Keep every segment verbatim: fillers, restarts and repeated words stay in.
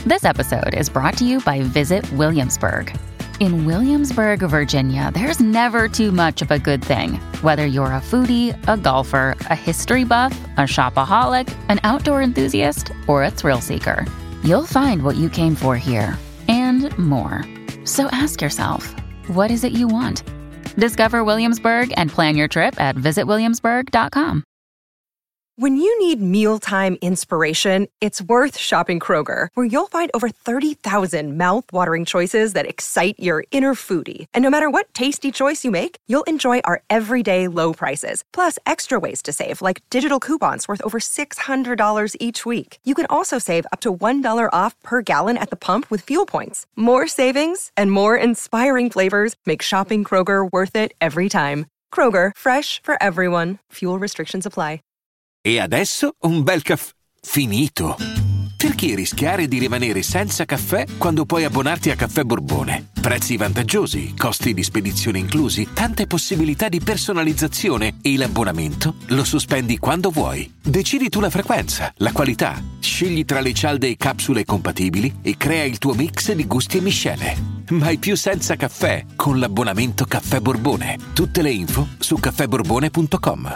This episode is brought to you by Visit Williamsburg. In Williamsburg, Virginia, there's never too much of a good thing. Whether you're a foodie, a golfer, a history buff, a shopaholic, an outdoor enthusiast, or a thrill seeker, you'll find what you came for here and more. So ask yourself, what is it you want? Discover Williamsburg and plan your trip at visit williamsburg dot com. When you need mealtime inspiration, it's worth shopping Kroger, where you'll find over thirty thousand mouth-watering choices that excite your inner foodie. And no matter what tasty choice you make, you'll enjoy our everyday low prices, plus extra ways to save, like digital coupons worth over six hundred dollars each week. You can also save up to one dollar off per gallon at the pump with fuel points. More savings and more inspiring flavors make shopping Kroger worth it every time. Kroger, fresh for everyone. Fuel restrictions apply. E adesso un bel caffè finito. Perché rischiare di rimanere senza caffè quando puoi abbonarti a Caffè Borbone? Prezzi vantaggiosi, costi di spedizione inclusi, tante possibilità di personalizzazione e l'abbonamento lo sospendi quando vuoi. Decidi tu la frequenza, la qualità, scegli tra le cialde e capsule compatibili e crea il tuo mix di gusti e miscele. Mai più senza caffè con l'abbonamento Caffè Borbone. Tutte le info su caffè borbone punto com.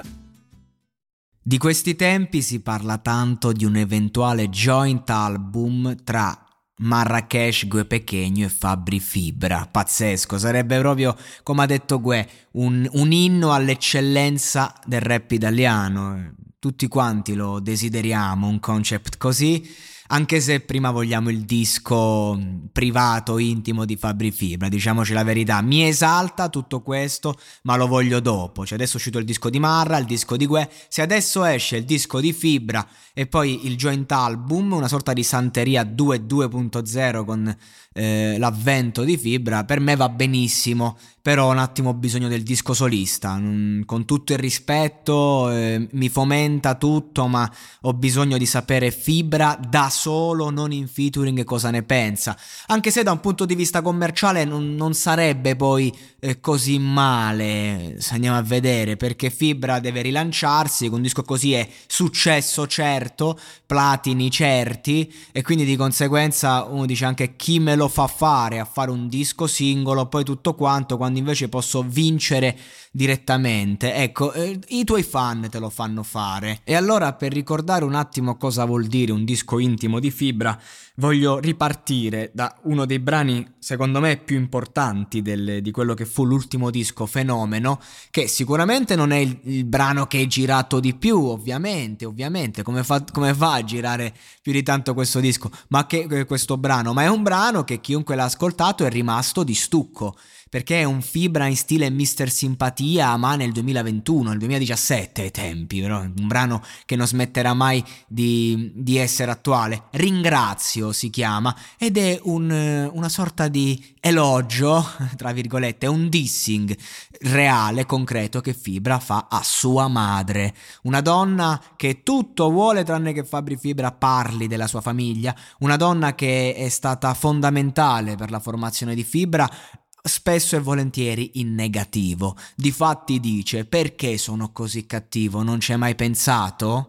Di questi tempi si parla tanto di un eventuale joint album tra Marracash, Gue Pequeno e Fabri Fibra. Pazzesco, sarebbe proprio, come ha detto Gue, un, un inno all'eccellenza del rap italiano. Tutti quanti lo desideriamo, un concept così, anche se prima vogliamo il disco privato, intimo di Fabri Fibra, diciamoci la verità. Mi esalta tutto questo, ma lo voglio dopo. Cioè adesso è uscito il disco di Marra, il disco di Gue, se adesso esce il disco di Fibra e poi il joint album, una sorta di Santeria due punto zero con eh, l'avvento di Fibra, per me va benissimo, però ho un attimo bisogno del disco solista. Mm, con tutto il rispetto, eh, mi fomenta tutto, ma ho bisogno di sapere Fibra da solo, non in featuring, cosa ne pensa, anche se da un punto di vista commerciale non, non sarebbe poi eh, così male, se andiamo a vedere, perché Fibra deve rilanciarsi, con un disco così è successo certo, platini certi, e quindi di conseguenza uno dice anche chi me lo fa fare a fare un disco singolo, poi tutto quanto, quando invece posso vincere direttamente. Ecco, eh, i tuoi fan te lo fanno fare. E allora, per ricordare un attimo cosa vuol dire un disco intimo di Fibra, voglio ripartire da uno dei brani secondo me più importanti del, di quello che fu l'ultimo disco, Fenomeno, che sicuramente non è il, il brano che è girato di più, ovviamente, ovviamente, come fa, come fa a girare più di tanto questo disco, ma che questo brano, ma è un brano che chiunque l'ha ascoltato è rimasto di stucco, perché è un Fibra in stile mister Simpatia, ma nel duemilaventuno, nel duemiladiciassette ai tempi, però un brano che non smetterà mai di, di essere attuale. Ringrazio si chiama, ed è un, una sorta di elogio, tra virgolette, un dissing reale, concreto, che Fibra fa a sua madre, una donna che tutto vuole tranne che Fabri Fibra parli della sua famiglia, una donna che è stata fondamentale per la formazione di Fibra, spesso e volentieri in negativo. Difatti dice: perché sono così cattivo? Non ci hai mai pensato?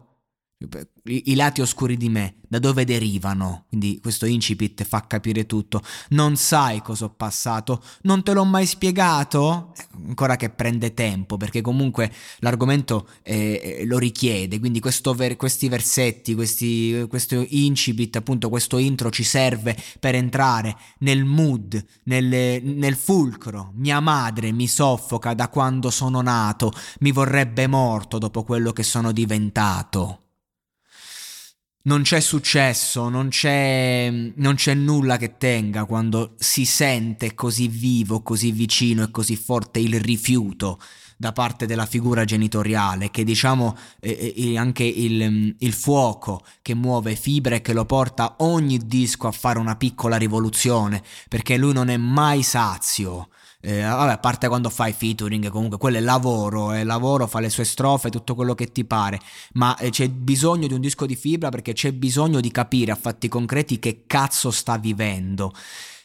I, I lati oscuri di me, da dove derivano? Quindi questo incipit fa capire tutto. Non sai cosa ho passato? Non te l'ho mai spiegato? Ancora che prende tempo, perché comunque l'argomento eh, lo richiede, quindi questo ver- questi versetti, questi, questo incipit, appunto questo intro ci serve per entrare nel mood, nel, nel fulcro. Mia madre mi soffoca da quando sono nato, mi vorrebbe morto dopo quello che sono diventato. Non c'è successo, non c'è, non c'è nulla che tenga quando si sente così vivo, così vicino e così forte il rifiuto da parte della figura genitoriale, che diciamo eh, eh, anche il, il fuoco che muove Fibra e che lo porta ogni disco a fare una piccola rivoluzione, perché lui non è mai sazio. Eh, vabbè, a parte quando fai featuring, comunque quello è lavoro, è lavoro, fa le sue strofe, tutto quello che ti pare, ma eh, c'è bisogno di un disco di Fibra perché c'è bisogno di capire a fatti concreti che cazzo sta vivendo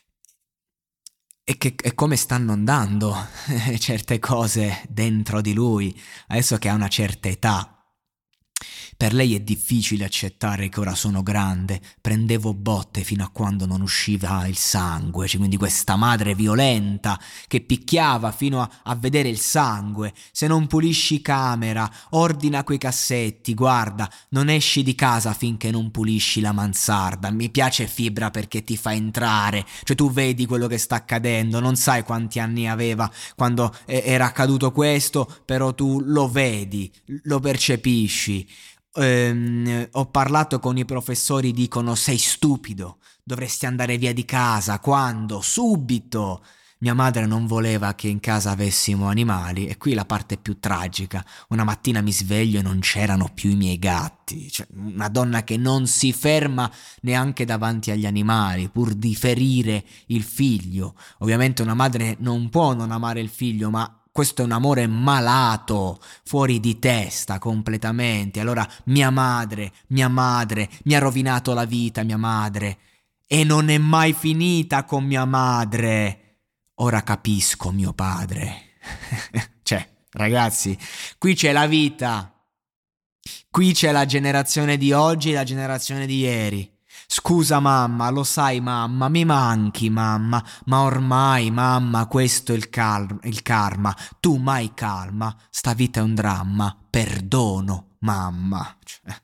e, che, e come stanno andando certe cose dentro di lui, adesso che ha una certa età. Per lei è difficile accettare che ora sono grande, prendevo botte fino a quando non usciva il sangue, cioè, quindi questa madre violenta che picchiava fino a, a vedere il sangue. Se non pulisci camera, ordina quei cassetti, guarda, non esci di casa finché non pulisci la mansarda. Mi piace Fibra perché ti fa entrare, cioè tu vedi quello che sta accadendo, non sai quanti anni aveva quando eh, era accaduto questo, però tu lo vedi, lo percepisci. Um, ho parlato con i professori, dicono sei stupido, dovresti andare via di casa. Quando? Subito. Mia madre non voleva che in casa avessimo animali, e qui la parte più tragica: una mattina mi sveglio e non c'erano più i miei gatti. Cioè, una donna che non si ferma neanche davanti agli animali pur di ferire il figlio. Ovviamente una madre non può non amare il figlio, ma questo è un amore malato, fuori di testa completamente. Allora mia madre, mia madre, mi ha rovinato la vita mia madre, e non è mai finita con mia madre. Ora capisco mio padre. Cioè, ragazzi, qui c'è la vita, qui c'è la generazione di oggi e la generazione di ieri. Scusa mamma, lo sai mamma, mi manchi mamma, ma ormai mamma questo è il, cal- il karma, tu mai calma, sta vita è un dramma, perdono mamma. Cioè,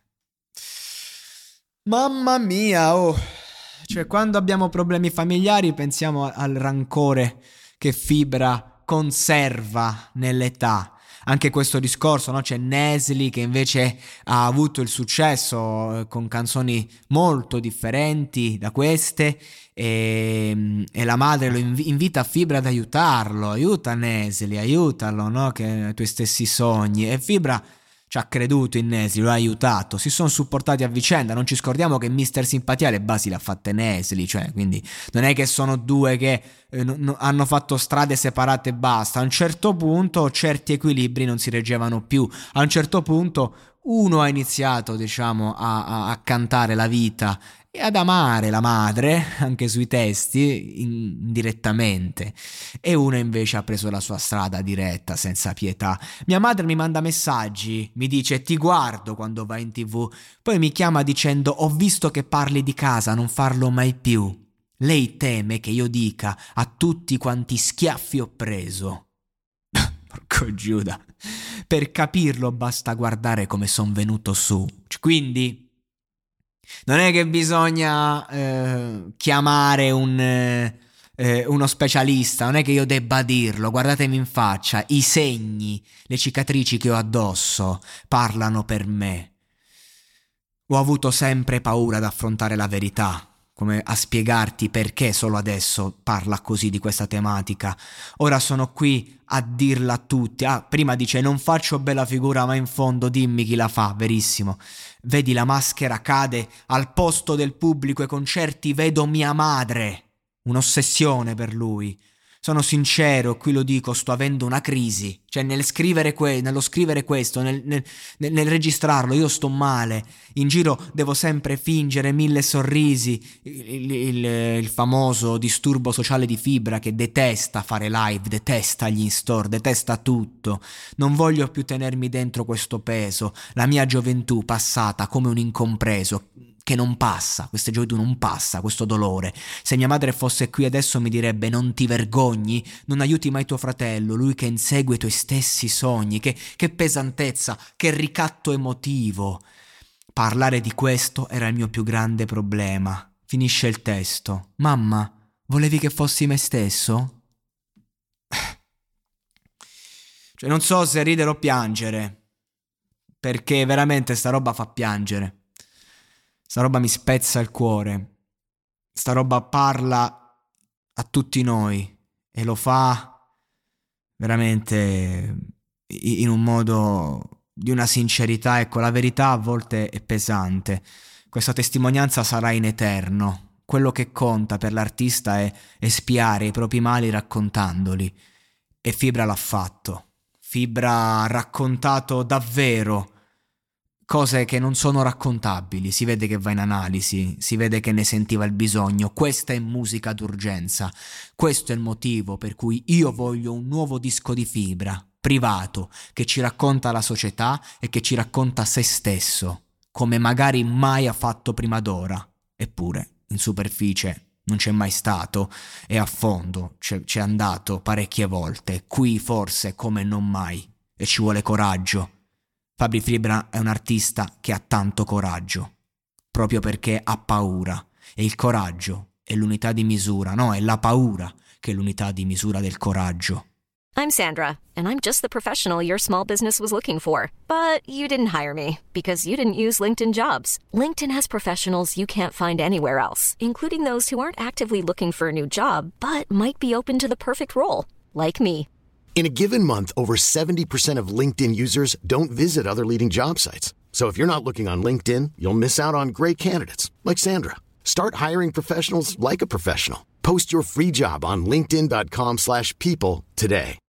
mamma mia, oh, cioè quando abbiamo problemi familiari pensiamo al rancore che Fibra conserva nell'età. Anche questo discorso, no? C'è Nesli che invece ha avuto il successo eh, con canzoni molto differenti da queste, e, e la madre lo inv- invita Fibra ad aiutarlo, aiuta Nesli, aiutalo, no? Che ai tuoi stessi sogni. E Fibra ci ha creduto in Nesli, lo ha aiutato, si sono supportati a vicenda. Non ci scordiamo che mister Simpatia le basi le ha fatte Nesli, cioè, quindi non è che sono due che eh, no, hanno fatto strade separate e basta. A un certo punto certi equilibri non si reggevano più, a un certo punto uno ha iniziato, diciamo, a, a, a cantare la vita e ad amare la madre, anche sui testi, indirettamente, e uno invece ha preso la sua strada diretta, senza pietà. Mia madre mi manda messaggi, mi dice ti guardo quando vai in tv, poi mi chiama dicendo ho visto che parli di casa, non farlo mai più. Lei teme che io dica a tutti quanti schiaffi ho preso. Porco Giuda, per capirlo basta guardare come son venuto su. Quindi non è che bisogna eh, chiamare un, eh, uno specialista, non è che io debba dirlo, guardatemi in faccia, i segni, le cicatrici che ho addosso parlano per me. Ho avuto sempre paura ad affrontare la verità, come a spiegarti perché solo adesso parla così di questa tematica. Ora sono qui a dirla a tutti. Ah, prima dice non faccio bella figura, ma in fondo dimmi chi la fa, verissimo. Vedi la maschera cade al posto del pubblico ai concerti, vedo mia madre. Un'ossessione per lui. Sono sincero, qui lo dico, sto avendo una crisi. Cioè nel scrivere que- nello scrivere questo, nel, nel, nel registrarlo, io sto male. In giro devo sempre fingere mille sorrisi. Il, il, il famoso disturbo sociale di Fibra, che detesta fare live, detesta gli in-store, detesta tutto. Non voglio più tenermi dentro questo peso. La mia gioventù passata come un incompreso che non passa, questa gioventù non passa, questo dolore. Se mia madre fosse qui adesso mi direbbe non ti vergogni, non aiuti mai tuo fratello, lui che insegue i tuoi stessi sogni. Che, che pesantezza, che ricatto emotivo. Parlare di questo era il mio più grande problema. Finisce il testo. Mamma, volevi che fossi me stesso? Cioè non so se ridere o piangere, perché veramente sta roba fa piangere. Sta roba mi spezza il cuore. Sta roba parla a tutti noi e lo fa veramente in un modo di una sincerità. Ecco, la verità a volte è pesante. Questa testimonianza sarà in eterno. Quello che conta per l'artista è espiare i propri mali raccontandoli. E Fibra l'ha fatto. Fibra ha raccontato davvero cose che non sono raccontabili, si vede che va in analisi, si vede che ne sentiva il bisogno. Questa è musica d'urgenza, questo è il motivo per cui io voglio un nuovo disco di Fibra, privato, che ci racconta la società e che ci racconta se stesso, come magari mai ha fatto prima d'ora. Eppure, in superficie non c'è mai stato e a fondo c'è, c'è andato parecchie volte, qui forse come non mai, e ci vuole coraggio. Fabri Fibra è un artista che ha tanto coraggio, proprio perché ha paura, e il coraggio è l'unità di misura, no, è la paura che è l'unità di misura del coraggio. I'm Sandra, and I'm just the professional your small business was looking for. But you didn't hire me because you didn't use LinkedIn Jobs. LinkedIn has professionals you can't find anywhere else, including those who aren't actively looking for a new job, but might be open to the perfect role, like me. In a given month, over seventy percent of LinkedIn users don't visit other leading job sites. So if you're not looking on LinkedIn, you'll miss out on great candidates like Sandra. Start hiring professionals like a professional. Post your free job on linkedin dot com slash people today.